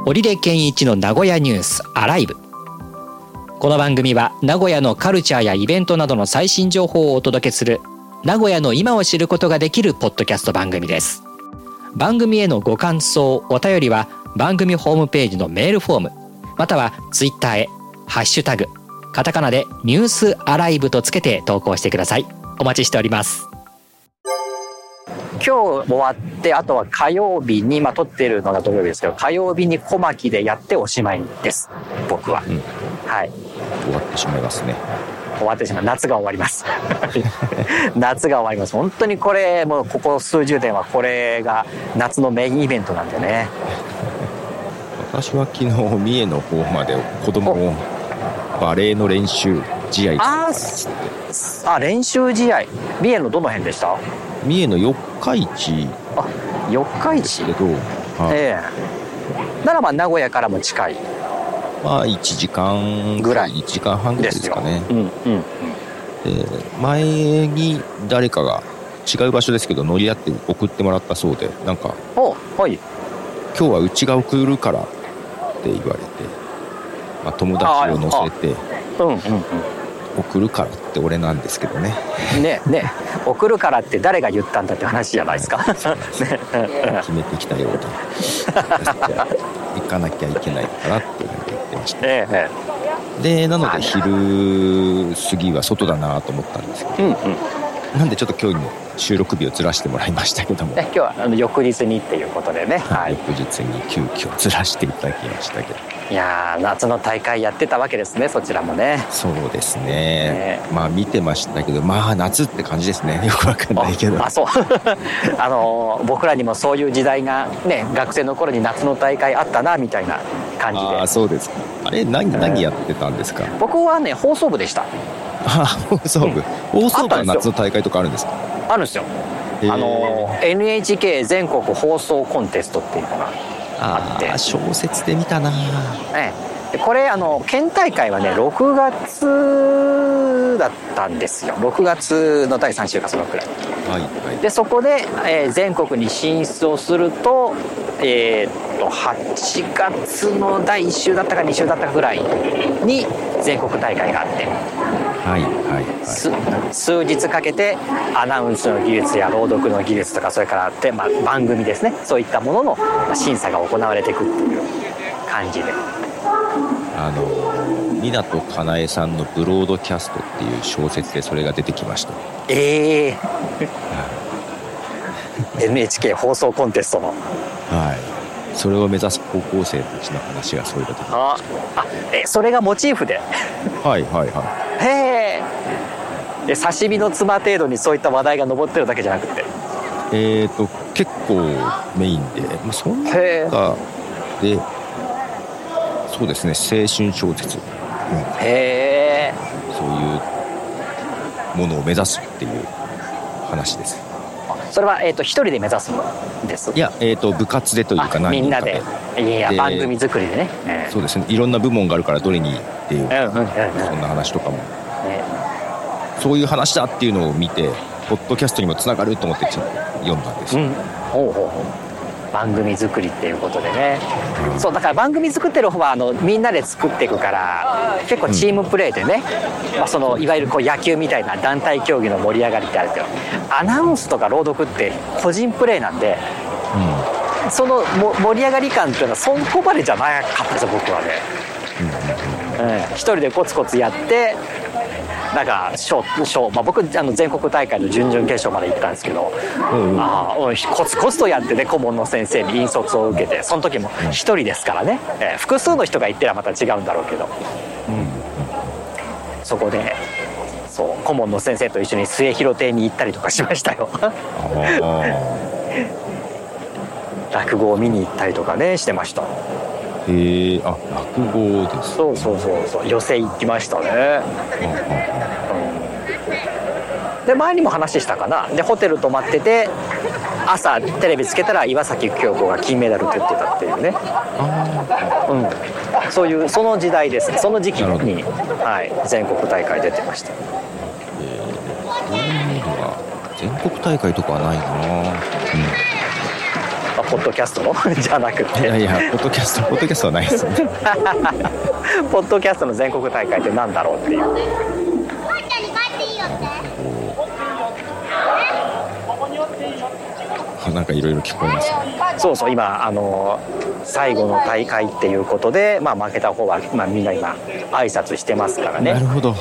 織出健一の名古屋ニュースアライブ。この番組は名古屋のカルチャーやイベントなどの最新情報をお届けする名古屋の今を知ることができるポッドキャスト番組です。番組へのご感想お便りは番組ホームページのメールフォームまたはツイッターへハッシュタグカタカナでニュースアライブとつけて投稿してください。お待ちしております。今日終わってあとは火曜日に撮っているのが土曜日ですけど、火曜日に小牧でやっておしまいです僕は、はい、 終わってしまいますね。 終わってしまう。夏が終わります夏が終わります。本当にこれもうここ数十年はこれが夏のメインイベントなんでね。 私は昨日三重の方まで子供をバレーの練習試合練習試合三重のどの辺でした？ 三重の四日市。 四日市けど、 なら名古屋からも近い。 1時間ぐらい1時間半ぐらいですかね。前に誰かが違う場所ですけど乗り合って送ってもらったそうで、なんか、はい、今日はうちが送るからって言われて、友達を乗せて送るからって俺なんですけどね。 送るからって誰が言ったんだって話じゃないですか決めてきたようで行かなきゃいけないかなって言ってました、でなので昼過ぎは外だなと思ったんですけど、なんでちょっと今日に収録日をずらしてもらいましたけども、 今日は翌日にっていうことでね、 翌日に急遽ずらしていただきましたけど、 いや夏の大会やってたわけですね、そちらもね。 そうですね、見てましたけど、夏って感じですね。よくわかんないけど。 そう僕らにもそういう時代がね、学生の頃に夏の大会あったなみたいな感じで。 そうですか。あれ何やってたんですか？ 僕はね、放送部でした。 放送部は夏の大会とかあるんですか？ あるんですよ。NHK 全国放送コンテストっていうのがあって、 小説で見たな。 これ県大会はね6月だったんですよ。6月の第3週かそのくらい、でそこで、全国に進出をすると、8月の第1週だったか2週だったかぐらいに全国大会があって、数日かけてアナウンスの技術や朗読の技術とか、それからって、番組ですね、そういったものの審査が行われていくっていう感じで、 湊かなえさんのブロードキャストっていう小説でそれが出てきました。NHK 放送コンテストの、それを目指す高校生たちの話がそういうことで、 それがモチーフでで刺身の妻程度にそういった話題が上ってるだけじゃなくて、 結構メインで、そんな中でそうですね、青春小説、そういうものを目指すっていう話です。 それは、一人で目指すんです？ いや、部活でというかみんなで、番組作りでね、 そうですね、いろんな部門があるからどれにっていう、そんな話とかも、そういう話だっていうのを見てポッドキャストにもつながると思って読んだんですよ。 番組作りっていうことでね、そうだから番組作ってる方はみんなで作っていくから結構チームプレーでね、いわゆる野球みたいな団体競技の盛り上がりってあるけど、アナウンスとか朗読って個人プレーなんで、その盛り上がり感っていうのはそこまでじゃなかったですよ僕はね。一人でコツコツやってなんか僕全国大会の準々決勝まで行ったんですけど、コツコツとやってね、顧問の先生に引率を受けて、その時も一人ですからね、複数の人が行ってらまた違うんだろうけど、そこで顧問の先生と一緒に末広亭に行ったりとかしましたよ落語を見に行ったりとかねしてました。 落語です、 そう寄席行きましたね。で前にも話したかな。でホテル泊まってて朝テレビつけたら岩崎恭子が金メダル取ってたっていうね、そういうその時代ですね。その時期に、全国大会出てました。 そういうのが全国大会とかはないな。 ポッドキャストのじゃなくて、 いやいやポッドキャストはないですよねポッドキャストの全国大会ってなんだろうっていう。 なんかいろいろ聞こえますね。 そうそう、今最後の大会っていうことで、負けた方は、みんな今挨拶してますからね。 なるほど。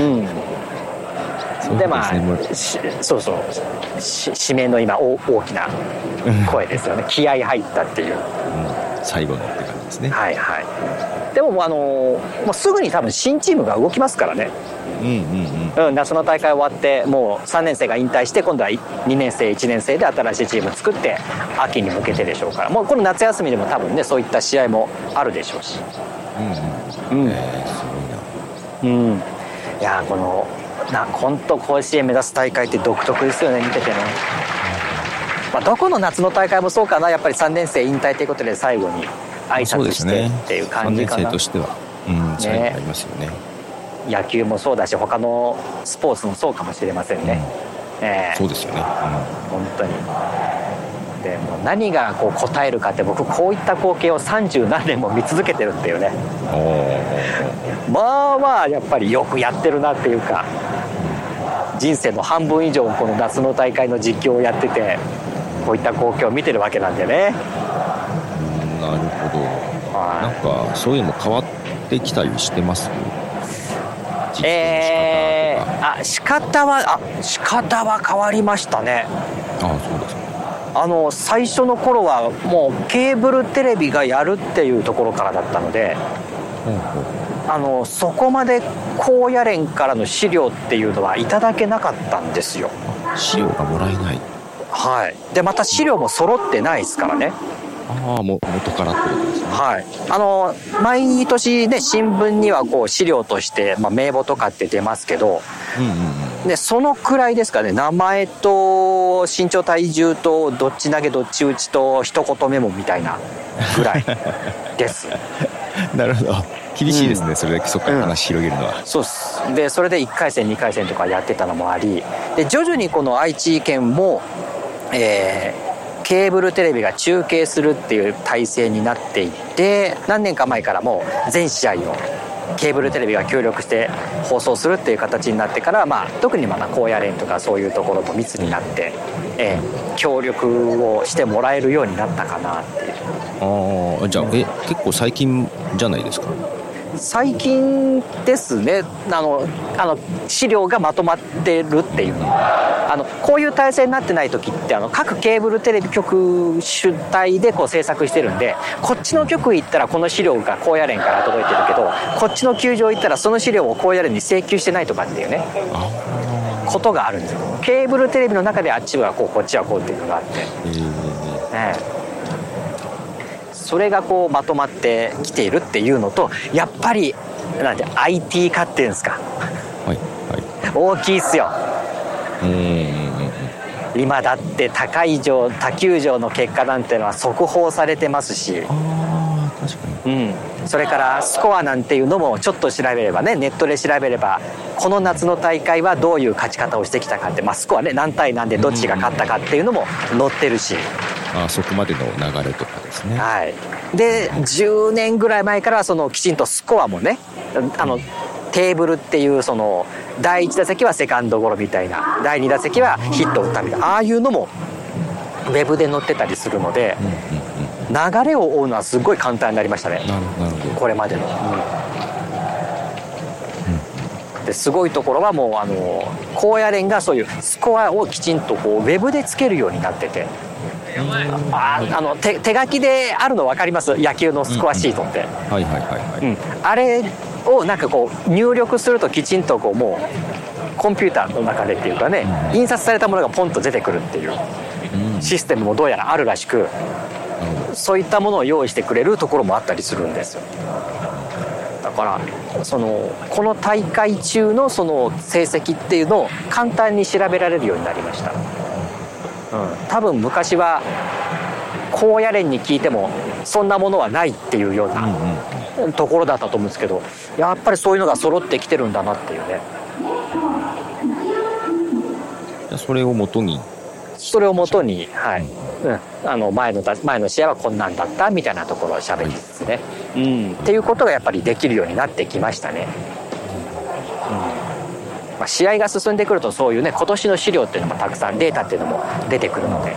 でそうそう、締めの今大きな声ですよね。気合入ったっていう、 最後のって感じですね。 はいはい。でももうすぐに多分新チームが動きますからね。夏の大会終わってもう3年生が引退して、今度は2年生1年生で新しいチーム作って秋に向けてでしょうから、もうこの夏休みでも多分ねそういった試合もあるでしょうし。すごいな。いやこの本当甲子園目指す大会って独特ですよね、見ててね。どこの夏の大会もそうかな、やっぱり3年生引退ということで最後に挨拶してっていう感じかな。 3年生としては最後になりますよね。 野球もそうだし他のスポーツもそうかもしれませんね。 そうですよね。 本当に。でも何がこう応えるかって、僕こういった光景を30何年も見続けてるっていうね。やっぱりよくやってるなっていうか、人生の半分以上この夏の大会の実況をやっててこういった光景を見てるわけなんでね。 なるほど。なんかそういうのも変わってきたりしてます？ 仕方は変わりましたね。 そうですか。 最初の頃はもうケーブルテレビがやるっていうところからだったので、そこまで高野連からの資料っていうのはいただけなかったんですよ。 資料がもらえない。 はい。でまた資料も揃ってないですからね。 元からってことですね。 はい。毎年ね新聞にはこう資料として、名簿とかって出ますけど、でそのくらいですかね。名前と身長体重とどっち投げどっち打ちと一言メモみたいなぐらいですなるほど。厳しいですね、それだけそこから話広げるのは。 そうです。でそれで1回戦2回戦とかやってたのもあり、で徐々にこの愛知県も、ケーブルテレビが中継するっていう体制になっていって、何年か前からもう全試合をケーブルテレビが協力して放送するっていう形になってから、特に高野連とかそういうところと密になって、協力をしてもらえるようになったかなっていう。 じゃあ結構最近じゃないですか？ 最近ですね。資料がまとまってるっていうの。こういう体制になってない時って各ケーブルテレビ局主体でこう制作してるんで、こっちの局行ったらこの資料が高野連から届いてるけど、こっちの球場行ったらその資料を高野連に請求してないとかっていうねことがあるんですよ。ケーブルテレビの中であっちはこうこっちはこうっていうのがあって、それがこうまとまってきているっていうのと、やっぱりなんて IT 化っていうんですか、大きいっすよ。今だって他球場の結果なんてのは速報されてますし、 確かに。 それからスコアなんていうのもちょっと調べればね、ネットで調べればこの夏の大会はどういう勝ち方をしてきたかって、スコアね何対何でどっちが勝ったかっていうのも載ってるし、 そこまでの流れとかですね。 はい。で10年ぐらい前からはきちんとスコアもね、テーブルっていう第1打席はセカンドゴロみたいな、第2打席はヒットを打ったみたいな、ああいうのもウェブで載ってたりするので、流れを追うのはすごい簡単になりましたね。 なるほど。 これまでの。ですごいところはもう高野連がそういうスコアをきちんとこうウェブでつけるようになってて、手書きであるの分かります？野球のスコアシートって。あれをなんかこう入力するときちんとこうもうコンピューターの中でっていうかね、印刷されたものがポンと出てくるっていうシステムもどうやらあるらしく、そういったものを用意してくれるところもあったりするんですよ。だからこの大会中のその成績っていうのを簡単に調べられるようになりました。多分昔は高野連に聞いてもそんなものはないっていうようなところだったと思うんですけど、やっぱりそういうのが揃ってきてるんだなっていうね。 それを元に、 はい。 前の試合はこんなんだったみたいなところを喋ってですね、っていうことがやっぱりできるようになってきましたね。試合が進んでくるとそういうね今年の資料っていうのもたくさんデータっていうのも出てくるので、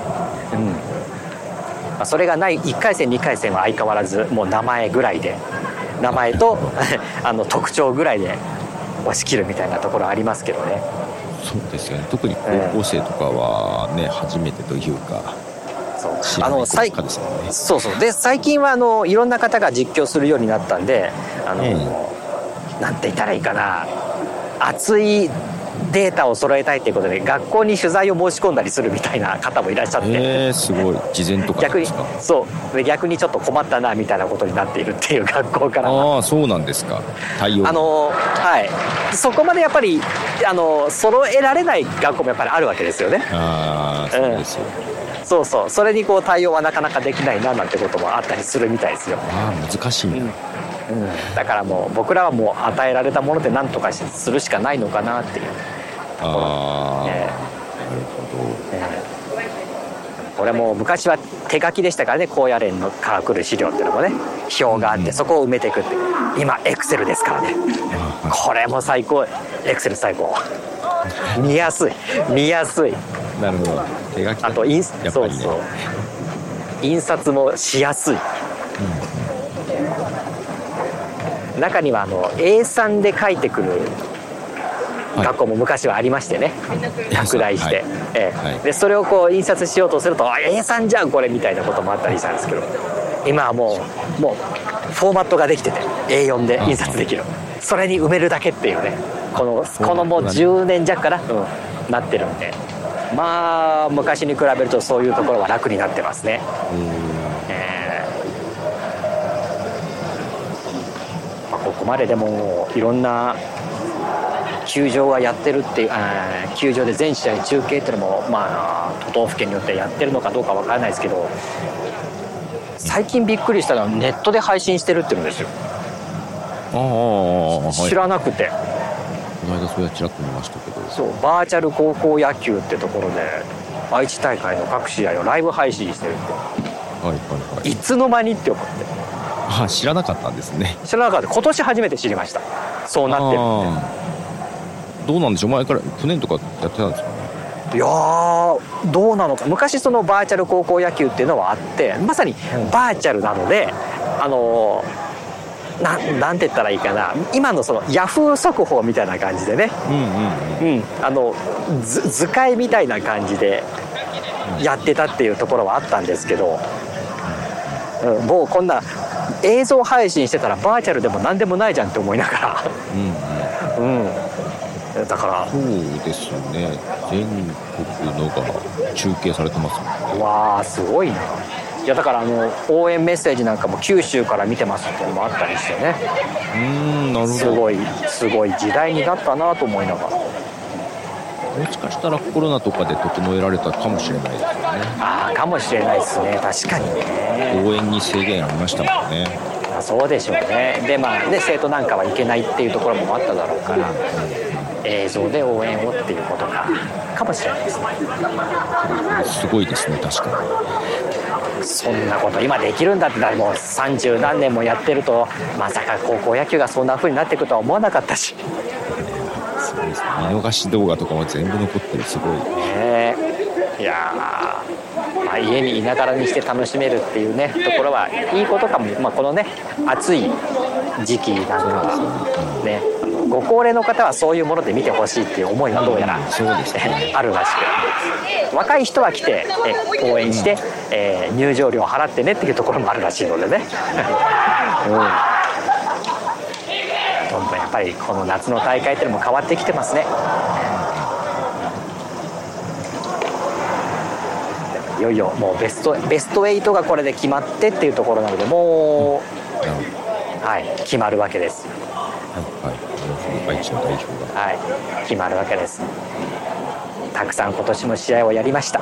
それがない1回戦2回戦は相変わらずもう名前ぐらいで名前と特徴ぐらいで押し切るみたいなところありますけどね。 そうですよね。特に高校生とかはね、初めてというか知らない子ばっかですもんね。 そうで最近はいろんな方が実況するようになったんでなんて言ったらいいかな、熱いデータを揃えたいということで学校に取材を申し込んだりするみたいな方もいらっしゃって、 すごい事前とかですか。 逆にちょっと困ったなみたいなことになっているっていう学校からああそうなんですか。対応そこまでやっぱり揃えられない学校もやっぱりあるわけですよね。 そうですよ、 それにこう対応はなかなかできないななんてこともあったりするみたいですよ。 難しいな、 だからもう僕らはもう与えられたもので何とかするしかないのかなっていうところ。なるほど。これも昔は手書きでしたからね、高野連のから来る資料っていうのもね表があってそこを埋めていくって、今エクセルですからね。これも最高、エクセル最高見やすい。 なるほど。手書きあと印刷もしやすい。中にはA3 で書いてくる学校も昔はありましてね、拡大して、でそれをこう印刷しようとするとA3 じゃんこれみたいなこともあったりしたんですけど、今はもうフォーマットができてて A4 で印刷できる、それに埋めるだけっていうね、このもう10年弱から、なってるんで、昔に比べるとそういうところは楽になってますね。ここまででもいろんな球場がやってるっていう、球場で全試合中継っていうのも都道府県によってやってるのかどうかわからないですけど、最近びっくりしたのはネットで配信してるっていうんですよ。知らなくて、 この間それはちらっと見ましたけど、 バーチャル高校野球ってところで愛知大会の各試合をライブ配信してるって、いつの間にって思って、 知らなかったんですね。 知らなかった。今年初めて知りました。そうなってるって。 どうなんでしょう、前から去年とかやってたんですかね。 いやーどうなのか。昔そのバーチャル高校野球っていうのはあって、まさにバーチャルなのでなんて言ったらいいかな、今のそのヤフー速報みたいな感じでね、図解みたいな感じでやってたっていうところはあったんですけど、もうこんな映像配信してたらバーチャルでも何でもないじゃんって思いながらだからそうですね、全国のが中継されてますもんね。 わあすごいな。いやだから応援メッセージなんかも九州から見てますっていうのもあったりしてね、 なるほど。 すごい時代になったなと思いながら、 もしかしたらコロナとかで整えられたかもしれないですよね。 かもしれないですね。確かにね、 応援に制限ありましたもんね。 そうでしょうね。で生徒なんかはいけないっていうところもあっただろうから、映像で応援をっていうことかもしれないですね。 すごいですね。確かにそんなこと今できるんだって、もう30何年もやってるとまさか高校野球がそんな風になっていくとは思わなかったし、 そうですね、見逃し動画とかも全部残ってる。すごいいや家にいながらにして楽しめるっていうねところはいいことかも。このね暑い時期なんかはね、ご高齢の方はそういうもので見てほしいっていう思いがどうやら、あるらしく、若い人は来て応援して、入場料を払ってねっていうところもあるらしいのでねどんどんやっぱりこの夏の大会っていうのも変わってきてますね。いよいよもうベスト8がこれで決まってっていうところなので、もう、決まるわけです。 愛知の代表が、 決まるわけです。たくさん今年も試合をやりました。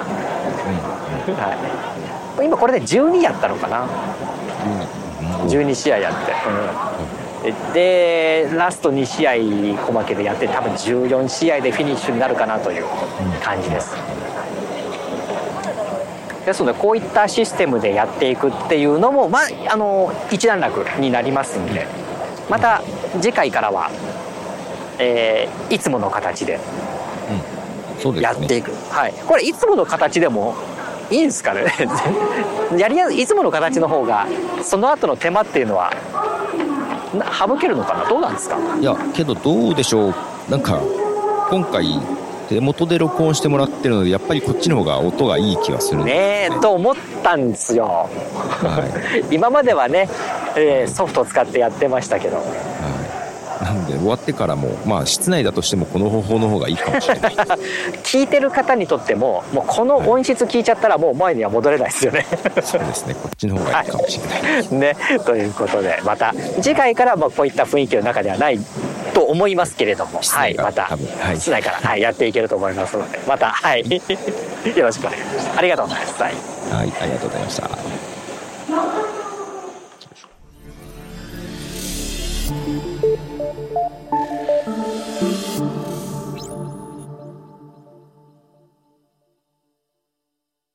今これで12やったのかな、12試合やって、でラスト2試合小負けでやって、多分14試合でフィニッシュになるかなという感じです。 ですのでこういったシステムでやっていくっていうのも、一段落になりますんで、また次回からは、いつもの形でやっていく、はい、これいつもの形でもいいんですかねいつもの形の方がその後の手間っていうのは省けるのかな、どうなんですか？ いやけどどうでしょう、なんか今回手元で録音してもらってるのでやっぱりこっちの方が音がいい気がするねと思ったんですよ、はい、今まではね、ソフトを使ってやってましたけど、 なんで終わってからも室内だとしてもこの方法の方がいいかもしれない聞いてる方にとってももうこの音質聞いちゃったらもう前には戻れないですよねそうですね、こっちの方がいいかもしれない、 ね、ということでまた次回からこういった雰囲気の中ではないと思いますけれども、はい、また室内から、やっていけると思いますのでまた、よろしくお願いします。ありがとうございます。 はい、ありがとうございました。